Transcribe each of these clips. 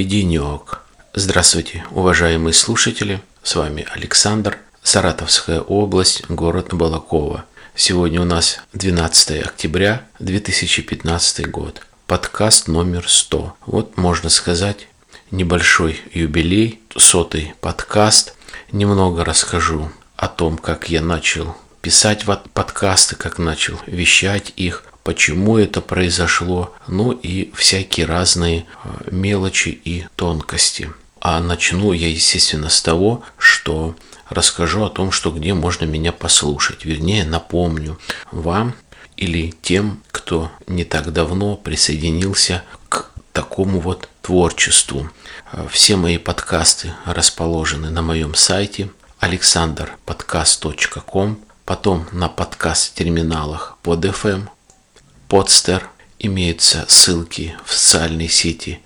денек. Здравствуйте, уважаемые слушатели. С вами Александр, Саратовская область, город Балаково. Сегодня у нас 12 октября 2015 год. Подкаст номер 100. Вот, можно сказать, небольшой юбилей, 100-й подкаст. Немного расскажу о том, как я начал писать подкасты, как начал вещать их, почему это произошло, ну и всякие разные мелочи и тонкости. А начну я, естественно, с того, что расскажу о том, что где можно меня послушать. Вернее, напомню вам или тем, кто не так давно присоединился к такому вот творчеству. Все мои подкасты расположены на моем сайте alexanderpodcast.com, потом на подкаст-терминалах под FM, Podster, имеются ссылки в социальные сети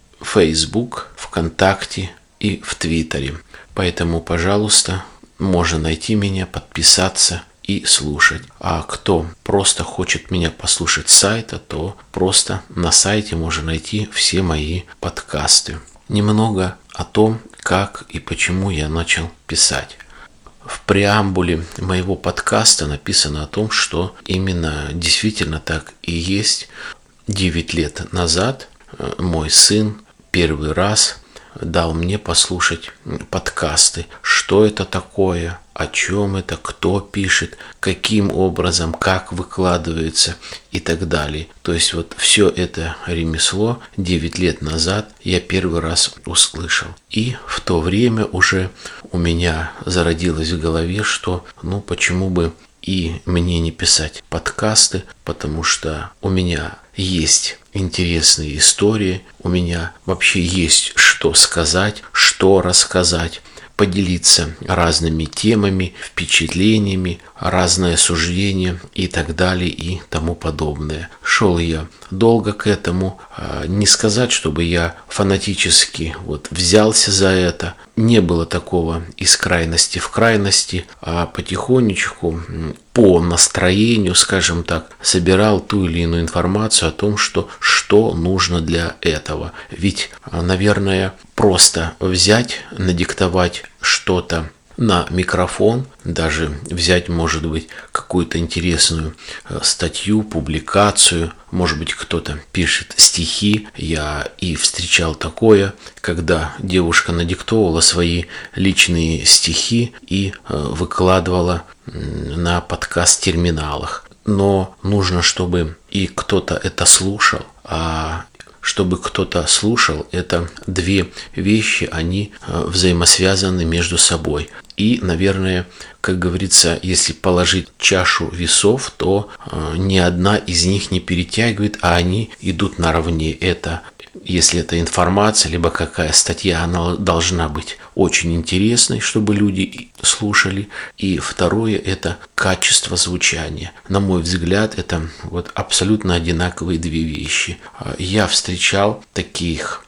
Facebook, ВКонтакте и в Твиттере. Поэтому, пожалуйста, можно найти меня, подписаться и слушать. А кто просто хочет меня послушать с сайта, то просто на сайте можно найти все мои подкасты. Немного о том, как и почему я начал писать. В преамбуле моего подкаста написано о том, что именно действительно так и есть. 9 лет назад мой сын первый раз дал мне послушать подкасты. Что это такое, о чем это, кто пишет, каким образом, как выкладывается и так далее. То есть вот все это ремесло 9 лет назад я первый раз услышал. И в то время уже у меня зародилось в голове, что почему бы и мне не писать подкасты, потому что у меня есть интересные истории, у меня вообще есть что сказать, что рассказать, поделиться разными темами, впечатлениями, разное суждение и так далее и тому подобное. Шел я долго к этому, не сказать, чтобы я фанатически взялся за это. Не было такого из крайности в крайности, а потихонечку по настроению, скажем так, собирал ту или иную информацию о том, что нужно для этого. Ведь, наверное, просто взять, надиктовать что-то на микрофон, даже взять, может быть, какую-то интересную статью, публикацию, может быть, кто-то пишет стихи. Я и встречал такое, когда девушка надиктовывала свои личные стихи и выкладывала на подкаст-терминалах. Но нужно, чтобы и кто-то это слушал, а чтобы кто-то слушал, это две вещи, они взаимосвязаны между собой. И, наверное, как говорится, если положить чашу весов, то ни одна из них не перетягивает, а они идут наравне. Это, если это информация, либо какая статья, она должна быть очень интересной, чтобы люди слушали. И второе, это качество звучания. На мой взгляд, это абсолютно одинаковые две вещи. Я встречал таких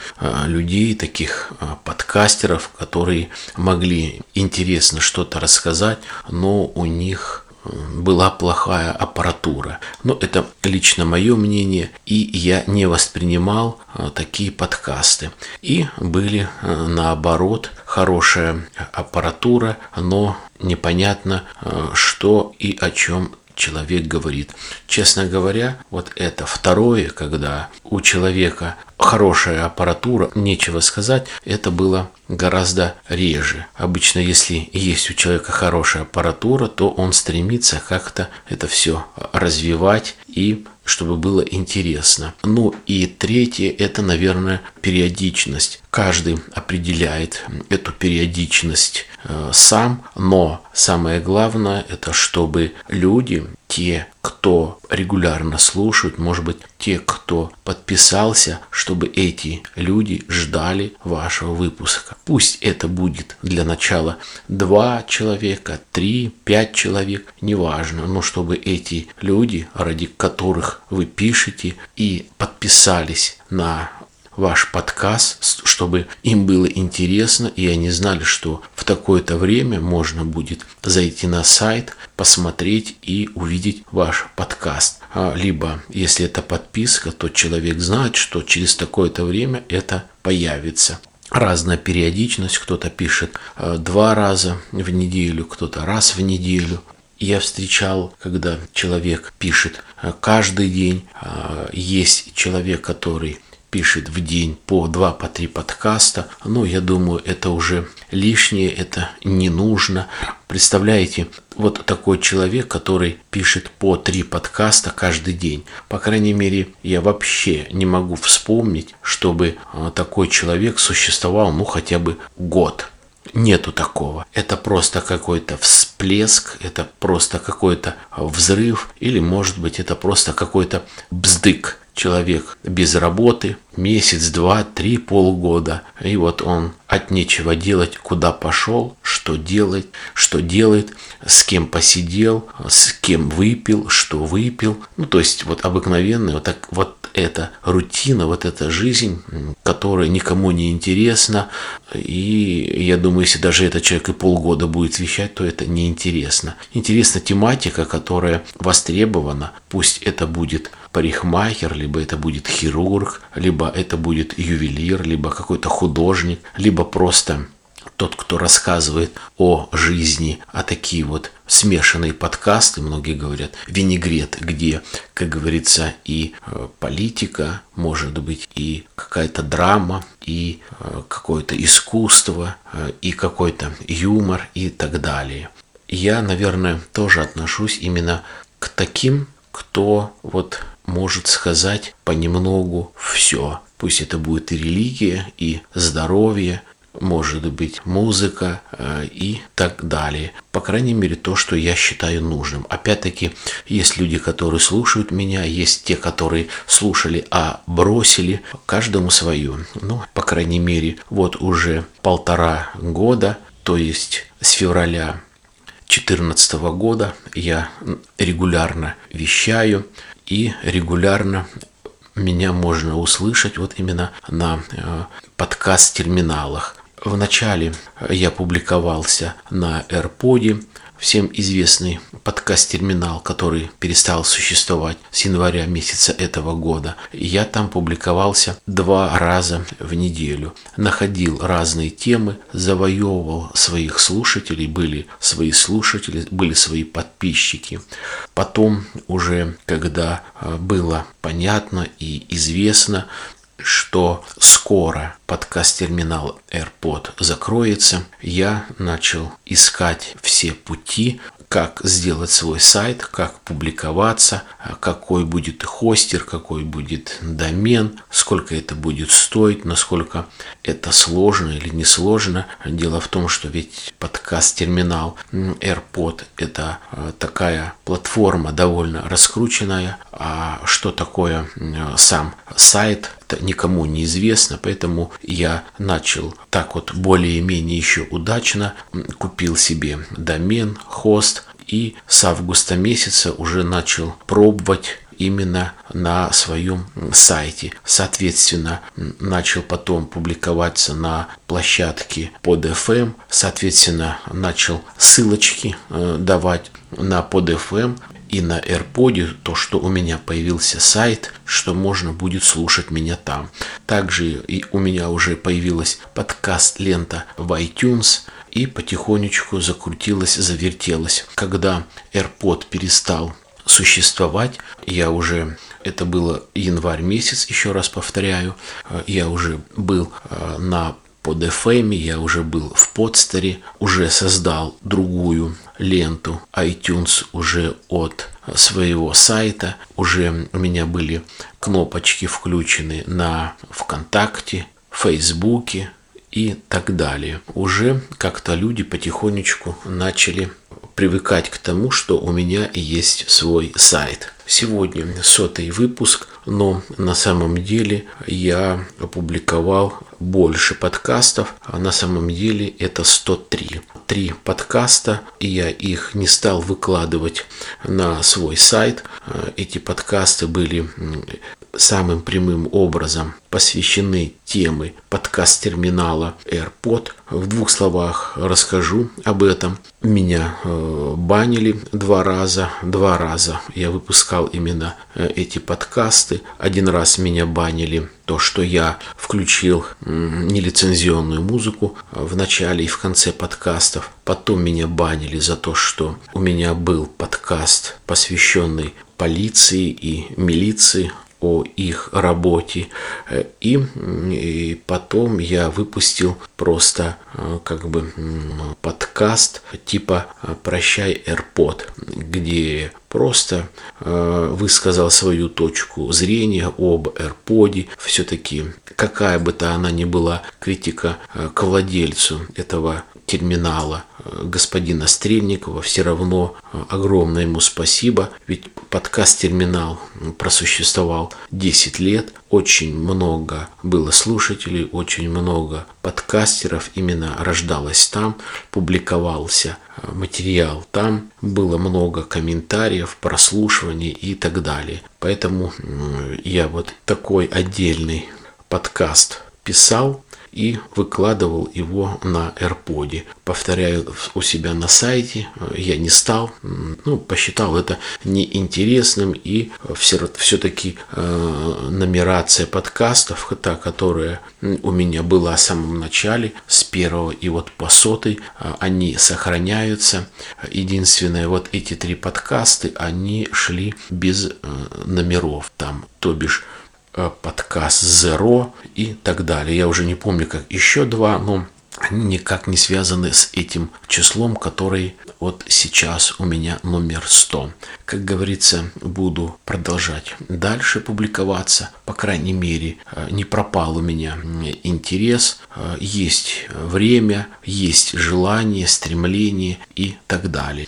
людей, таких подкастеров, которые могли интересно что-то рассказать, но у них была плохая аппаратура. Но это лично мое мнение, и я не воспринимал такие подкасты. И были, наоборот, хорошая аппаратура, но непонятно, что и о чем человек говорит. Честно говоря, это второе, когда у человека хорошая аппаратура, нечего сказать, это было гораздо реже. Обычно, если есть у человека хорошая аппаратура, то он стремится как-то это все развивать и чтобы было интересно. И третье, это, наверное, периодичность. Каждый определяет эту периодичность сам, но самое главное, это чтобы люди, те, кто регулярно слушают, может быть, те, кто подписался, чтобы эти люди ждали вашего выпуска. Пусть это будет для начала 2 человека, 3, 5 человек, неважно, но чтобы эти люди, ради которых вы пишете и подписались на ваш подкаст, чтобы им было интересно, и они знали, что в такое-то время можно будет зайти на сайт, посмотреть и увидеть ваш подкаст. Либо, если это подписка, то человек знает, что через такое-то время это появится. Разная периодичность, кто-то пишет 2 раза в неделю, кто-то раз в неделю. Я встречал, когда человек пишет каждый день. Есть человек, который пишет в день по 2-3 подкаста. Но я думаю, это уже лишнее, это не нужно. Представляете, вот такой человек, который пишет по 3 подкаста каждый день. По крайней мере, я вообще не могу вспомнить, чтобы такой человек существовал, хотя бы год. Нету такого. Это просто какой-то всплеск, это просто какой-то взрыв, или, может быть, это просто какой-то бздык. Человек без работы, месяц, 2, 3, полгода, и вот он от нечего делать, куда пошел, что делает, с кем посидел, с кем выпил, что выпил. То есть вот обыкновенная вот эта рутина, вот эта жизнь, которая никому не интересна. И я думаю, если даже этот человек и полгода будет вещать, то это неинтересно. Интересна тематика, которая востребована. Пусть это будет парикмахер, либо это будет хирург, либо это будет ювелир, либо какой-то художник, либо просто тот, кто рассказывает о жизни, а такие вот смешанные подкасты, многие говорят, винегрет, где, как говорится, и политика, может быть, и какая-то драма, и какое-то искусство, и какой-то юмор и так далее. Я, наверное, тоже отношусь именно к таким, кто может сказать понемногу все. Пусть это будет и религия, и здоровье, может быть, музыка и так далее. По крайней мере, то, что я считаю нужным. Опять-таки, есть люди, которые слушают меня, есть те, которые слушали, а бросили. Каждому свое. По крайней мере, уже 1,5 года, то есть с февраля 2014 года я регулярно вещаю, и регулярно меня можно услышать именно на подкаст-терминалах. Вначале я публиковался на AirPod, всем известный подкаст-терминал, который перестал существовать с января месяца этого года. Я там публиковался 2 раза в неделю. Находил разные темы, завоевывал своих слушателей, были свои слушатели, были свои подписчики. Потом уже, когда было понятно и известно, что скоро подкаст-терминал AirPod закроется, я начал искать все пути, как сделать свой сайт, как публиковаться, какой будет хостер, какой будет домен, сколько это будет стоить, насколько это сложно или не сложно. Дело в том, что ведь подкаст-терминал AirPod – это такая платформа довольно раскрученная, а что такое сам сайт, это никому не известно, поэтому я начал так более-менее еще удачно, купил себе домен, хост, и с августа месяца уже начал пробовать именно на своем сайте. Соответственно, начал потом публиковаться на площадке PodFM, соответственно, начал ссылочки давать на PodFM и на AirPod, то, что у меня появился сайт, что можно будет слушать меня там. Также и у меня уже появилась подкаст-лента в iTunes, и потихонечку закрутилась, завертелась. Когда AirPod перестал существовать, это было январь месяц, еще раз повторяю, я уже был на PodFM, я уже был в Подстере, уже создал другую ленту iTunes уже от своего сайта, уже у меня были кнопочки включены на ВКонтакте, Фейсбуке и так далее. Уже как-то люди потихонечку начали привыкать к тому, что у меня есть свой сайт. Сегодня 100-й выпуск, но на самом деле я опубликовал больше подкастов, а на самом деле это 103. 3 подкаста, и я их не стал выкладывать на свой сайт. Эти подкасты были самым прямым образом посвящены темы подкаст-терминала AirPod. В 2 словах расскажу об этом. Меня банили 2 раза. 2 раза я выпускал именно эти подкасты. 1 раз меня банили то, что я включил нелицензионную музыку в начале и в конце подкастов. Потом меня банили за то, что у меня был подкаст, посвященный полиции и милиции, о их работе. И потом я выпустил просто подкаст типа «Прощай, AirPod», где просто высказал свою точку зрения об AirPod. Все-таки, какая бы то она ни была критика к владельцу этого терминала, господина Стрельникова, все равно огромное ему спасибо, ведь подкаст-терминал просуществовал 10 лет, очень много было слушателей, очень много подкастеров именно рождалось там, публиковался материал там, было много комментариев, прослушиваний и так далее. Поэтому я вот такой отдельный подкаст писал и выкладывал его на AirPod. Повторяю, у себя на сайте я не стал, посчитал это неинтересным, и все-таки нумерация подкастов, та, которая у меня была в самом начале, с 1 и вот по 100, они сохраняются. Единственное, вот эти 3 подкасты, они шли без номеров, там, то бишь подкаст Zero и так далее. Я уже не помню, как еще 2, но они никак не связаны с этим числом, который вот сейчас у меня номер 100. Как говорится, буду продолжать дальше публиковаться. По крайней мере, не пропал у меня интерес. Есть время, есть желание, стремление и так далее.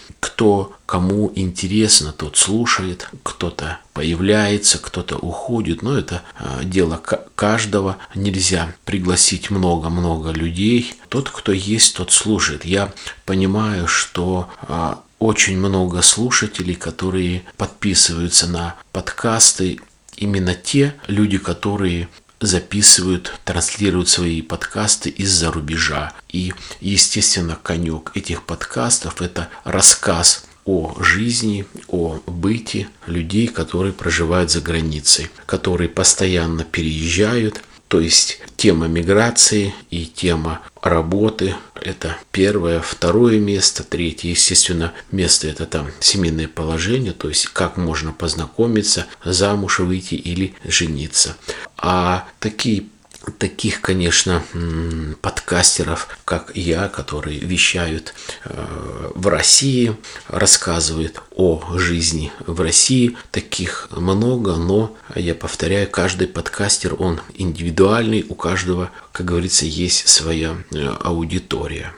Кому интересно, тот слушает, кто-то появляется, кто-то уходит, но это дело каждого. Нельзя пригласить много-много людей. Тот, кто есть, тот слушает. Я понимаю, что очень много слушателей, которые подписываются на подкасты, именно те люди, которые записывают, транслируют свои подкасты из-за рубежа. И, естественно, конек этих подкастов – это рассказ о жизни, о быте людей, которые проживают за границей, которые постоянно переезжают. То есть тема миграции и тема работы – это 1, 2 место, 3, естественно, место – это там семейное положение, то есть как можно познакомиться, замуж выйти или жениться. А таких, конечно, подкастеров, как я, которые вещают в России, рассказывают о жизни в России, таких много, но, я повторяю, каждый подкастер, он индивидуальный, у каждого, как говорится, есть своя аудитория.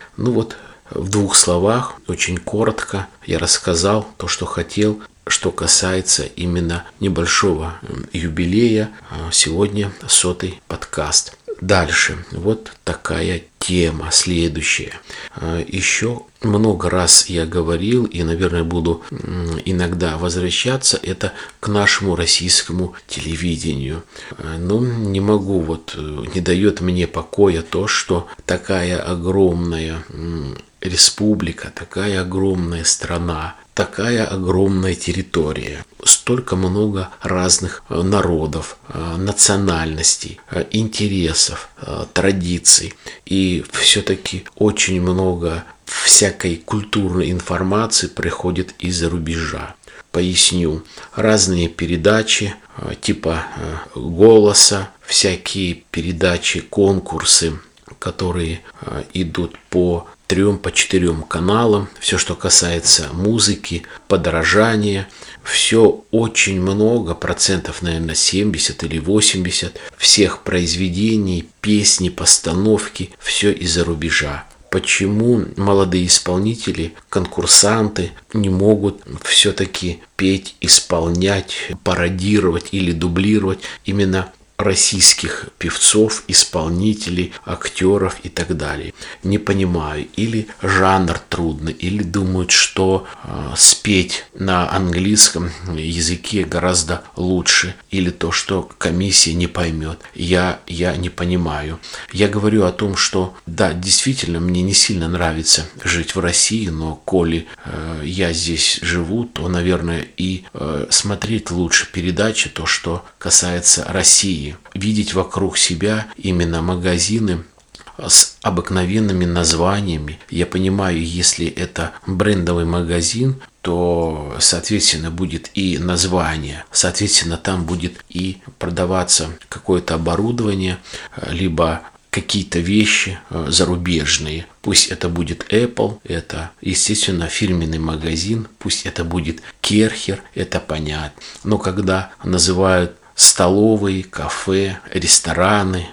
В 2 словах, очень коротко, я рассказал то, что хотел. Что касается именно небольшого юбилея, сегодня 100-й подкаст. Дальше, вот такая тема, следующая. Еще много раз я говорил, и, наверное, буду иногда возвращаться, это к нашему российскому телевидению. Но не могу, не дает мне покоя то, что такая огромная республика, такая огромная страна, такая огромная территория, столько много разных народов, национальностей, интересов, традиций. И все-таки очень много всякой культурной информации приходит из-за рубежа. Поясню. Разные передачи типа «Голоса», всякие передачи, конкурсы, которые идут по 3-4 каналам, все, что касается музыки, подражания, все очень много, процентов, наверное, 70 или 80 всех произведений, песни, постановки, все из-за рубежа. Почему молодые исполнители, конкурсанты не могут все-таки петь, исполнять, пародировать или дублировать именно российских певцов, исполнителей, актеров и так далее? Не понимаю. Или жанр трудный, или думают, что спеть на английском языке гораздо лучше, или то, что комиссия не поймет. Я не понимаю. Я говорю о том, что да, действительно, мне не сильно нравится жить в России, но коли я здесь живу, то, наверное, и смотреть лучше передачи, то, что касается России. Видеть вокруг себя именно магазины с обыкновенными названиями. Я понимаю, если это брендовый магазин, то, соответственно, будет и название, соответственно, там будет и продаваться какое-то оборудование, либо какие-то вещи зарубежные. Пусть это будет Apple, это, естественно, фирменный магазин, пусть это будет Керхер, это понятно. Но когда называют столовые, кафе, рестораны,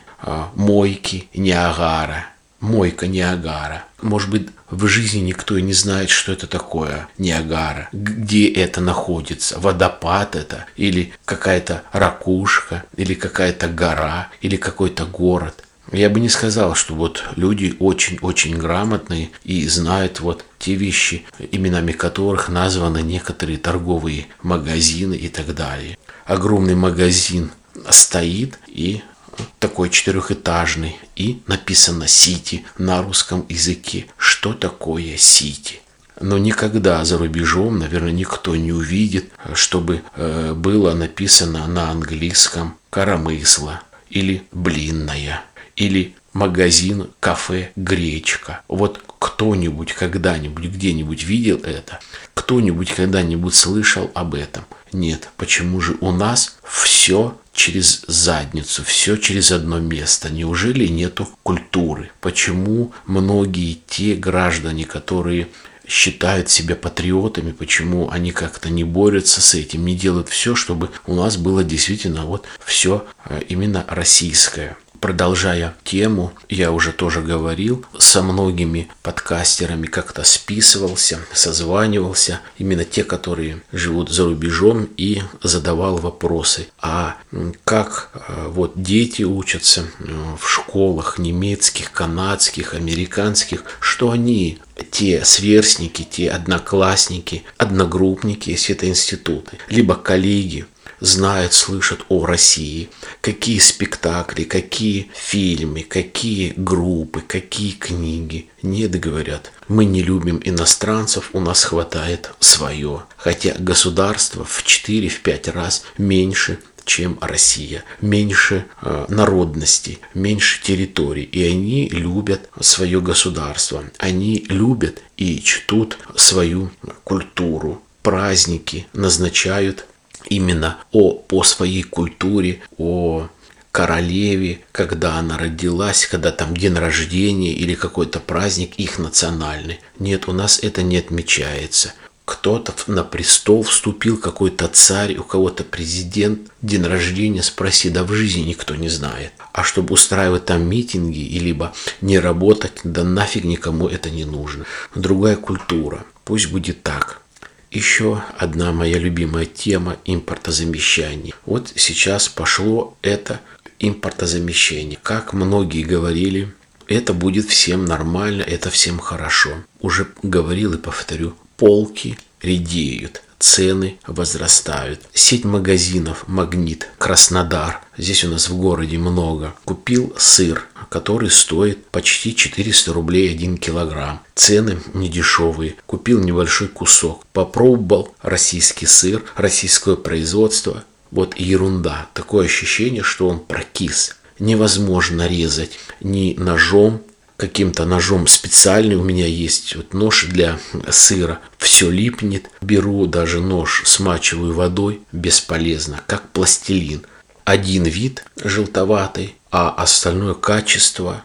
мойки Ниагара, мойка Ниагара. Может быть, в жизни никто и не знает, что это такое Ниагара, где это находится, водопад это, или какая-то ракушка, или какая-то гора, или какой-то город. Я бы не сказал, что вот люди очень-очень грамотные и знают вот те вещи, именами которых названы некоторые торговые магазины и так далее. Огромный магазин стоит и такой четырехэтажный, и написано «Сити» на русском языке. Что такое «Сити»? Но никогда за рубежом, наверное, никто не увидит, чтобы было написано на английском «Коромысла» или «Блинная», или магазин, кафе «Гречка». Вот кто-нибудь когда-нибудь где-нибудь видел это? Кто-нибудь когда-нибудь слышал об этом? Нет. Почему же у нас все через задницу, все через одно место? Неужели нету культуры? Почему многие те граждане, которые считают себя патриотами, почему они как-то не борются с этим, не делают все, чтобы у нас было действительно вот все именно российское? Продолжая тему, я уже тоже говорил, со многими подкастерами как-то списывался, созванивался, именно те, которые живут за рубежом, и задавал вопросы. А как вот дети учатся в школах немецких, канадских, американских, что они, те сверстники, те одноклассники, одногруппники, если это институты, либо коллеги, знают, слышат о России, какие спектакли, какие фильмы, какие группы, какие книги. Нет, говорят, мы не любим иностранцев, у нас хватает свое. Хотя государство в 4-5 раз меньше, чем Россия, меньше народностей, меньше территорий, и они любят свое государство, они любят и чтут свою культуру, праздники назначают именно по своей культуре, о королеве, когда она родилась, когда там день рождения или какой-то праздник их национальный. Нет, у нас это не отмечается. Кто-то на престол вступил, какой-то царь, у кого-то президент, день рождения, спроси, да в жизни никто не знает. А чтобы устраивать там митинги, и либо не работать, да нафиг никому это не нужно. Другая культура, пусть будет так. Еще одна моя любимая тема – импортозамещение. Вот сейчас пошло это импортозамещение. Как многие говорили, это будет всем нормально, это всем хорошо. Уже говорил и повторю, полки редеют, цены возрастают. Сеть магазинов «Магнит», Краснодар, здесь у нас в городе много, купил сыр, который стоит почти 400 рублей 1 килограмм. Цены недешевые. Купил небольшой кусок. Попробовал российский сыр, российское производство. Вот ерунда. Такое ощущение, что он прокис. Невозможно резать ни ножом, каким-то ножом специальный. У меня есть вот нож для сыра. Все липнет. Беру даже нож, смачиваю водой. Бесполезно. Как пластилин. Один вид желтоватый, а остальное качество,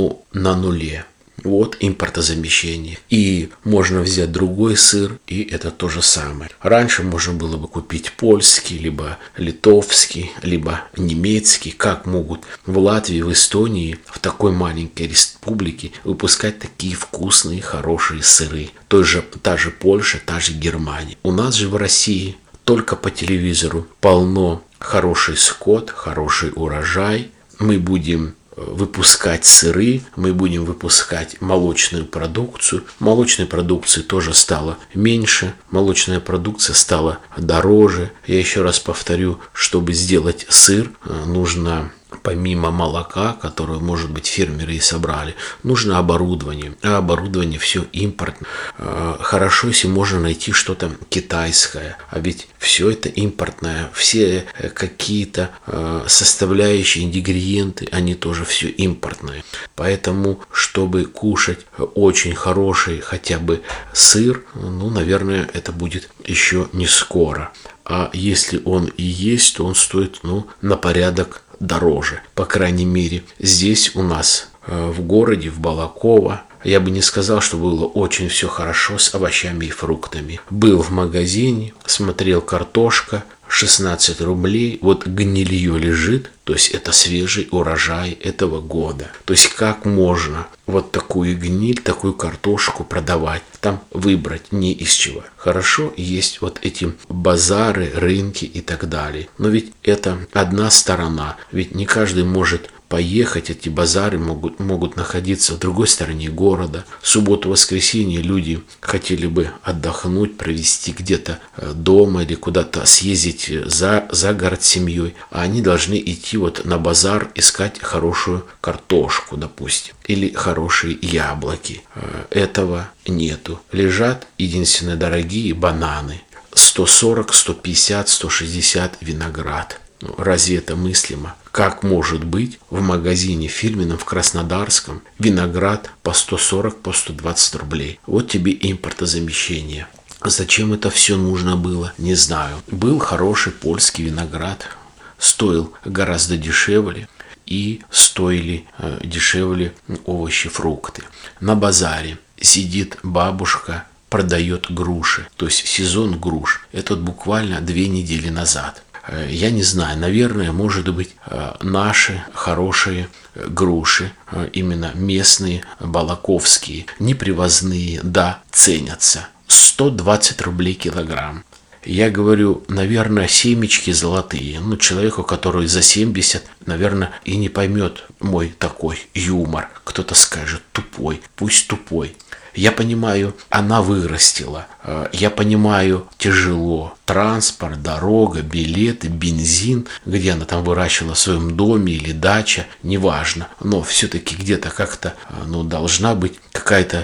на нуле. Вот импортозамещение. И можно взять другой сыр, и это то же самое. Раньше можно было бы купить польский, либо литовский, либо немецкий. Как могут в Латвии, в Эстонии, в такой маленькой республике выпускать такие вкусные, хорошие сыры? Та же Польша, та же Германия. У нас же в России только по телевизору полно хороший скот, хороший урожай. Мы будем выпускать сыры, мы будем выпускать молочную продукцию. Молочной продукции тоже стало меньше, молочная продукция стала дороже. Я еще раз повторю, чтобы сделать сыр, нужно помимо молока, которое, может быть, фермеры и собрали, нужно оборудование. А оборудование все импортное. Хорошо, если можно найти что-то китайское. А ведь все это импортное. Все какие-то составляющие, ингредиенты, они тоже все импортные. Поэтому, чтобы кушать очень хороший хотя бы сыр, наверное, это будет еще не скоро. А если он и есть, то он стоит, на порядок дороже. По крайней мере, здесь у нас в городе, в Балаково, я бы не сказал, что было очень все хорошо с овощами и фруктами. Был в магазине, смотрел, картошка 16 рублей, вот гнилье лежит, то есть это свежий урожай этого года. То есть как можно вот такую гниль, такую картошку продавать? Там выбрать не из чего. Хорошо, есть вот эти базары, рынки и так далее. Но ведь это одна сторона. Ведь не каждый может поехать, эти базары могут находиться в другой стороне города. В субботу-воскресенье люди хотели бы отдохнуть, провести где-то дома или куда-то съездить за город с семьей. А они должны идти вот на базар, искать хорошую картошку, допустим, или хорошие яблоки. Этого нету. Лежат единственные дорогие бананы. 140, 150, 160 виноград. Разве это мыслимо? Как может быть в магазине фирменном в Краснодарском виноград по 140, по 120 рублей? Вот тебе импортозамещение. Зачем это все нужно было? Не знаю. Был хороший польский виноград. Стоил гораздо дешевле. И стоили дешевле овощи, фрукты. На базаре сидит бабушка, продает груши. То есть сезон груш. Это буквально 2 недели назад. Я не знаю, наверное, может быть, наши хорошие груши, именно местные, балаковские, непривозные, да, ценятся. 120 рублей килограмм. Я говорю, наверное, семечки золотые. Человеку, который за 70, наверное, и не поймет мой такой юмор. Кто-то скажет, тупой, пусть тупой. Я понимаю, она вырастила. Я понимаю, тяжело. Транспорт, дорога, билеты, бензин. Где она там выращивала в своем доме или дача, неважно. Но все-таки где-то как-то должна быть какая-то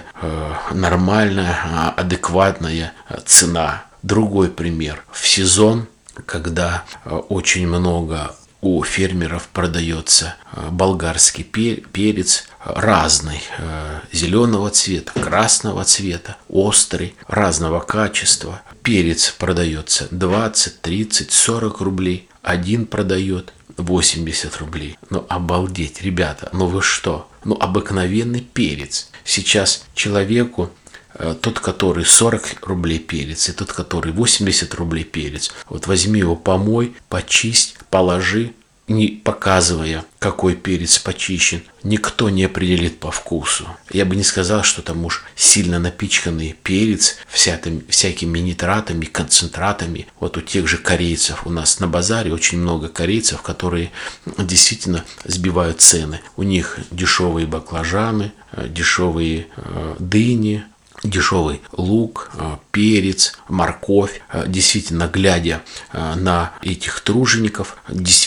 нормальная, адекватная цена. Другой пример. В сезон, когда очень много у фермеров продается болгарский перец разный, зеленого цвета, красного цвета, острый, разного качества. Перец продается 20, 30, 40 рублей. Один продает 80 рублей. Обалдеть, ребята, вы что? Обыкновенный перец. Сейчас человеку, тот, который 40 рублей перец, и тот, который 80 рублей перец, вот возьми его, помой, почисть, положи, не показывая, какой перец почищен, никто не определит по вкусу. Я бы не сказал, что там уж сильно напичканный перец всякими нитратами, концентратами. Вот у тех же корейцев у нас на базаре очень много корейцев, которые действительно сбивают цены. У них дешевые баклажаны, дешевые дыни, дешевый лук, перец, морковь. Действительно, глядя на этих тружеников,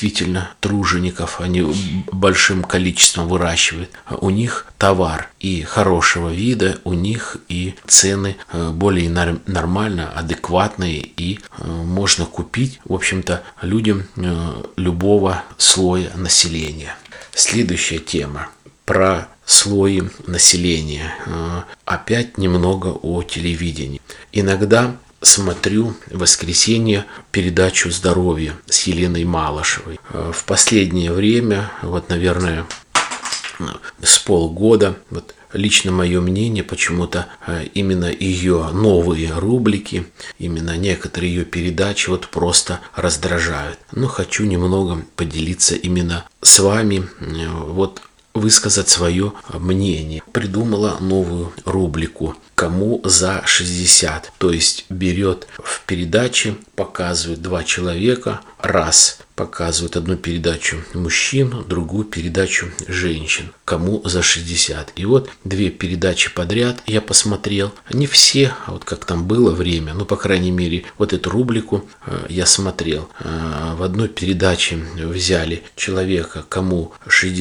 они большим количеством выращивают. У них товар и хорошего вида, у них и цены более нормально, адекватные, и можно купить, в общем-то, людям любого слоя населения. Следующая тема про слои населения. Опять немного о телевидении. Иногда смотрю в воскресенье передачу «Здоровье» с Еленой Малышевой. В последнее время, наверное, с полгода, лично мое мнение, почему-то именно ее новые рубрики, именно некоторые ее передачи просто раздражают. Но хочу немного поделиться именно с вами, высказать свое мнение. Придумала новую рубрику «Кому за 60?». То есть берет в передаче, показывает 2 человека, раз показывают одну передачу мужчин, другую передачу женщин, кому за 60. И вот 2 передачи подряд я посмотрел. Не все, а вот как там было время, ну, по крайней мере, вот эту рубрику я смотрел. В одной передаче взяли человека, кому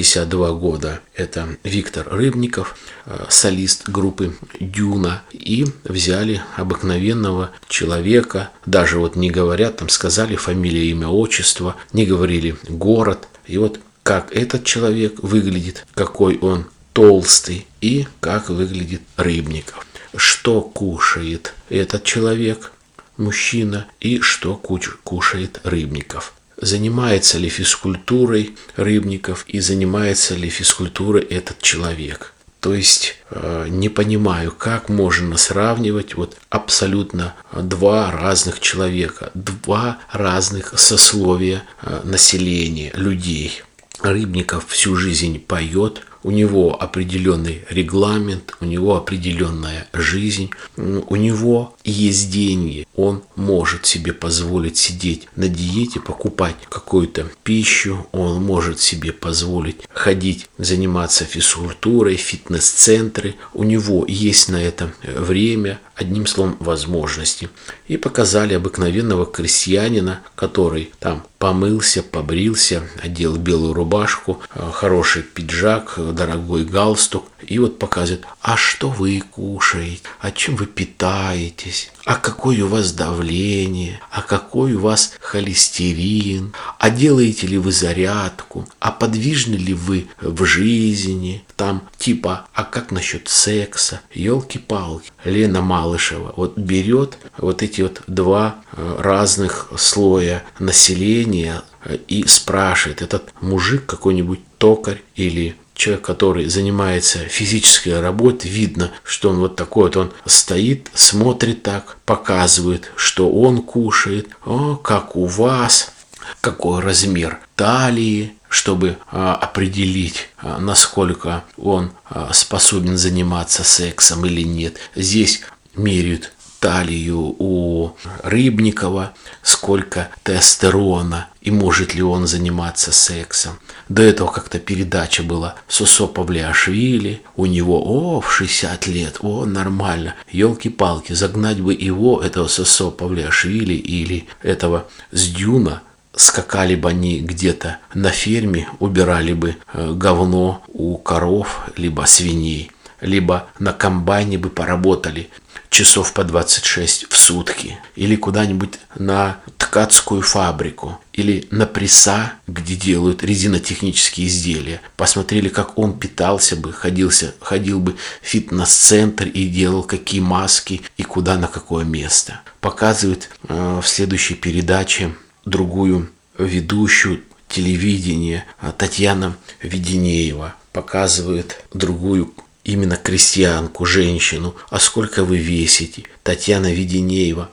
62 года. Это Виктор Рыбников, солист группы «Дюна». И взяли обыкновенного человека, даже вот не говорят, там сказали фамилия, имя, отчество, не говорили город. И вот как этот человек выглядит, какой он толстый и как выглядит Рыбников. Что кушает этот человек, мужчина, и что кушает Рыбников. Занимается ли физкультурой Рыбников и занимается ли физкультурой этот человек. То есть не понимаю, как можно сравнивать вот абсолютно 2 разных человека, 2 разных сословия населения, людей. Рыбников всю жизнь поет, у него определенный регламент, у него определенная жизнь, у него есть деньги, он может себе позволить сидеть на диете, покупать какую-то пищу, он может себе позволить ходить, заниматься физкультурой, фитнес-центры, у него есть на это время, одним словом, возможности. И показали обыкновенного крестьянина, который там помылся, побрился, одел белую рубашку, хороший пиджак, дорогой галстук. И вот показывает, а что вы кушаете, а чем вы питаетесь, а какое у вас давление, а какой у вас холестерин, а делаете ли вы зарядку, а подвижны ли вы в жизни, там типа, а как насчет секса, елки-палки. Лена Малышева вот берет вот эти вот 2 разных слоя населения и спрашивает, этот мужик какой-нибудь токарь или человек, который занимается физической работой, видно, что он вот такой вот, он стоит, смотрит так, показывает, что он кушает, как у вас, какой размер талии, чтобы определить, насколько он способен заниматься сексом или нет. Здесь меряют талию у Рыбникова, сколько тестостерона и может ли он заниматься сексом. До этого как-то передача была Сосо Павлиашвили, у него, в 60 лет, нормально, елки-палки, загнать бы его, этого Сосо Павлиашвили или этого с Дюна, скакали бы они где-то на ферме, убирали бы говно у коров, либо свиней, либо на комбайне бы поработали часов по 26 в сутки, или куда-нибудь на ткацкую фабрику, или на пресса, где делают резинотехнические изделия. Посмотрели, как он питался бы, ходил бы в фитнес-центр и делал какие маски и куда, на какое место. Показывают в следующей передаче другую ведущую телевидения Татьяна Веденеева. Показывает другую именно крестьянку, женщину. А сколько вы весите? Татьяна Веденеева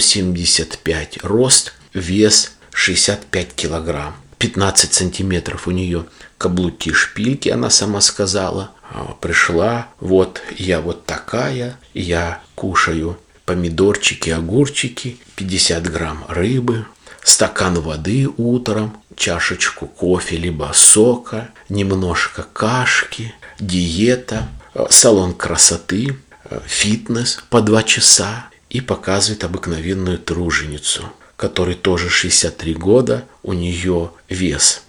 175 рост, вес 65 килограмм. 15 сантиметров у нее каблуки, шпильки, она сама сказала. Пришла, вот я вот такая, я кушаю помидорчики, огурчики, 50 грамм рыбы, стакан воды утром, чашечку кофе либо сока, немножко кашки, диета, салон красоты, фитнес по 2 часа. И показывает обыкновенную труженицу, которой тоже 63 года, у нее вес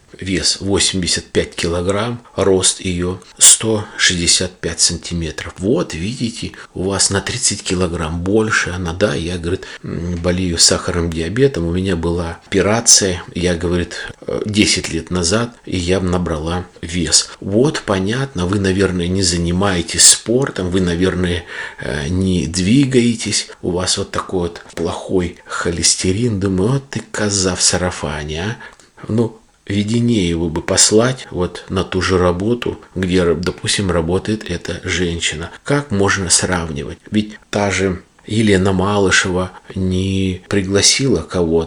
85 килограмм, рост ее 165 сантиметров. Вот, видите, у вас на 30 килограмм больше. Она, да, я, говорит, болею сахарным диабетом, у меня была операция, я, говорит, 10 лет назад, и я набрала вес. Вот, понятно, вы, наверное, не занимаетесь спортом, вы, наверное, не двигаетесь, у вас вот такой вот плохой холестерин. Думаю, вот ты коза в сарафане, а. Веденееву бы послать вот на ту же работу, где, допустим, работает эта женщина. Как можно сравнивать? Ведь та же Елена Малышева не пригласила кого-то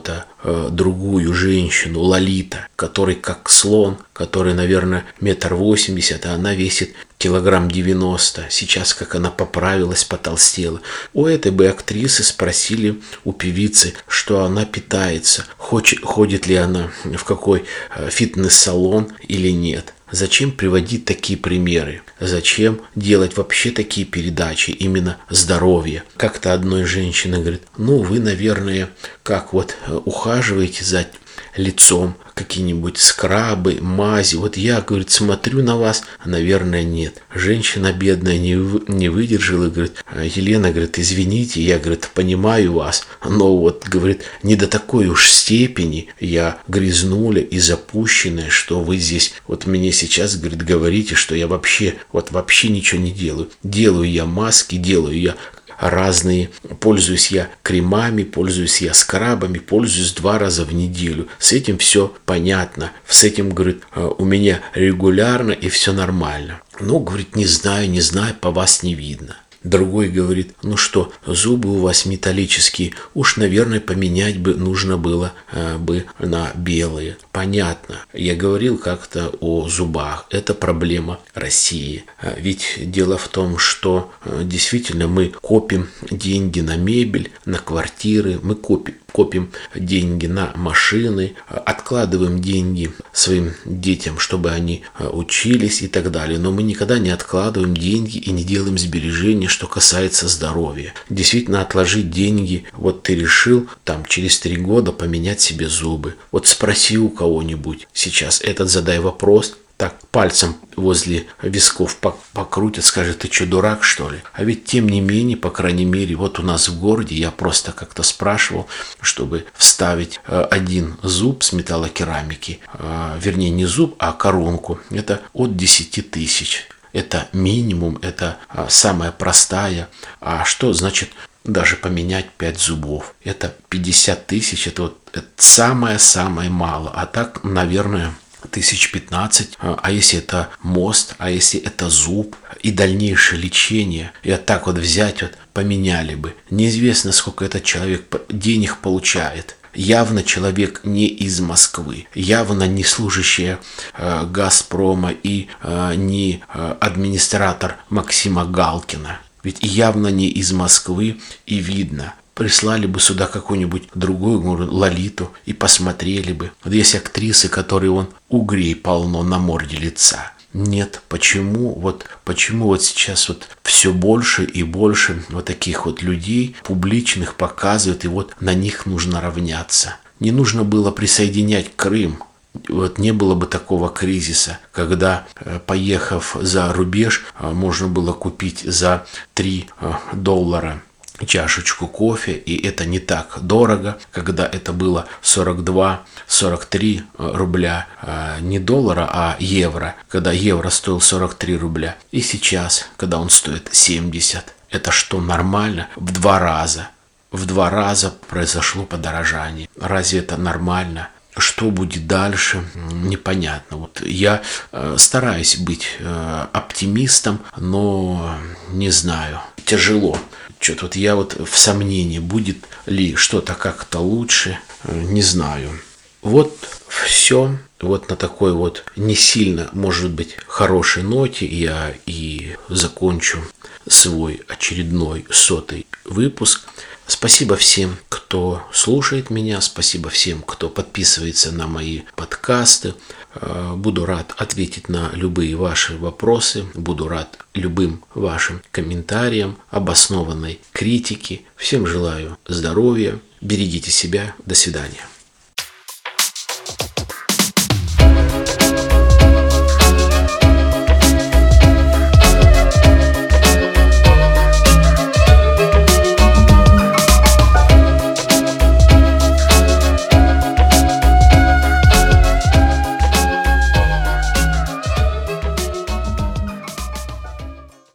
другую женщину, Лолита, который как слон, который, наверное, 1,80 м, а она весит килограмм 90. Сейчас как она поправилась, потолстела. У этой бы актрисы спросили, у певицы, что она питается, ходит ли она в какой фитнес-салон или нет. Зачем приводить такие примеры? Зачем делать вообще такие передачи именно здоровья? Как-то одной женщине говорит, вы, наверное, как ухаживаете за лицом, какие-нибудь скрабы, мази. Я, говорит, смотрю на вас, наверное, нет. Женщина бедная не выдержала, говорит, Елена, говорит, извините, я, говорит, понимаю вас, но говорит, не до такой уж степени я грязнуля и запущенная, что вы здесь, мне сейчас, говорит, говорите, что я вообще ничего не делаю. Делаю я маски, делаю я разные, пользуюсь я кремами, пользуюсь я скрабами, пользуюсь 2 раза в неделю. С этим все понятно. С этим, говорит, у меня регулярно и все нормально. Говорит, не знаю, по вас не видно. Другой говорит, что, зубы у вас металлические, уж, наверное, поменять бы нужно было бы на белые. Понятно. Я говорил как-то о зубах. Это проблема России. Ведь дело в том, что действительно мы копим деньги на мебель, на квартиры, мы копим деньги на машины, откладываем деньги своим детям, чтобы они учились и так далее. Но мы никогда не откладываем деньги и не делаем сбережения, что касается здоровья. Действительно, отложить деньги, ты решил через 3 года поменять себе зубы. Спроси у кого-нибудь сейчас задай вопрос, так пальцем возле висков покрутят, скажет, ты что, дурак, что ли? А ведь тем не менее, по крайней мере, у нас в городе, я просто как-то спрашивал, чтобы вставить один зуб с металлокерамики, вернее не зуб, а коронку, это от 10 тысяч. Это минимум, это самая простая. А что значит даже поменять 5 зубов? Это 50 тысяч, это самое-самое мало. А так, наверное, 15 000. А если это мост, а если это зуб и дальнейшее лечение, и так взять, поменяли бы. Неизвестно, сколько этот человек денег получает. Явно человек не из Москвы, явно не служащий Газпрома и не администратор Максима Галкина. Ведь явно не из Москвы, и видно. Прислали бы сюда какую-нибудь другую, Лолиту, и посмотрели бы. Есть актрисы, которые угрей полно на морде лица. Нет, почему? Почему сейчас все больше и больше таких людей публичных показывают, и на них нужно равняться. Не нужно было присоединять Крым. Не было бы такого кризиса, когда, поехав за рубеж, можно было купить за $3 чашечку кофе, и это не так дорого, когда это было 42-43 рубля, не доллара, а евро, когда евро стоил 43 рубля. И сейчас, когда он стоит 70, это что, нормально? В 2 раза. В 2 раза произошло подорожание. Разве это нормально? Что будет дальше, непонятно. Я стараюсь быть оптимистом, но не знаю, тяжело. Что-то я в сомнении, будет ли что-то как-то лучше, не знаю. Все. На такой не сильно, может быть, хорошей ноте я и закончу свой очередной 100-й выпуск. Спасибо всем, кто слушает меня, спасибо всем, кто подписывается на мои подкасты. Буду рад ответить на любые ваши вопросы, буду рад любым вашим комментариям, обоснованной критике. Всем желаю здоровья, берегите себя, до свидания.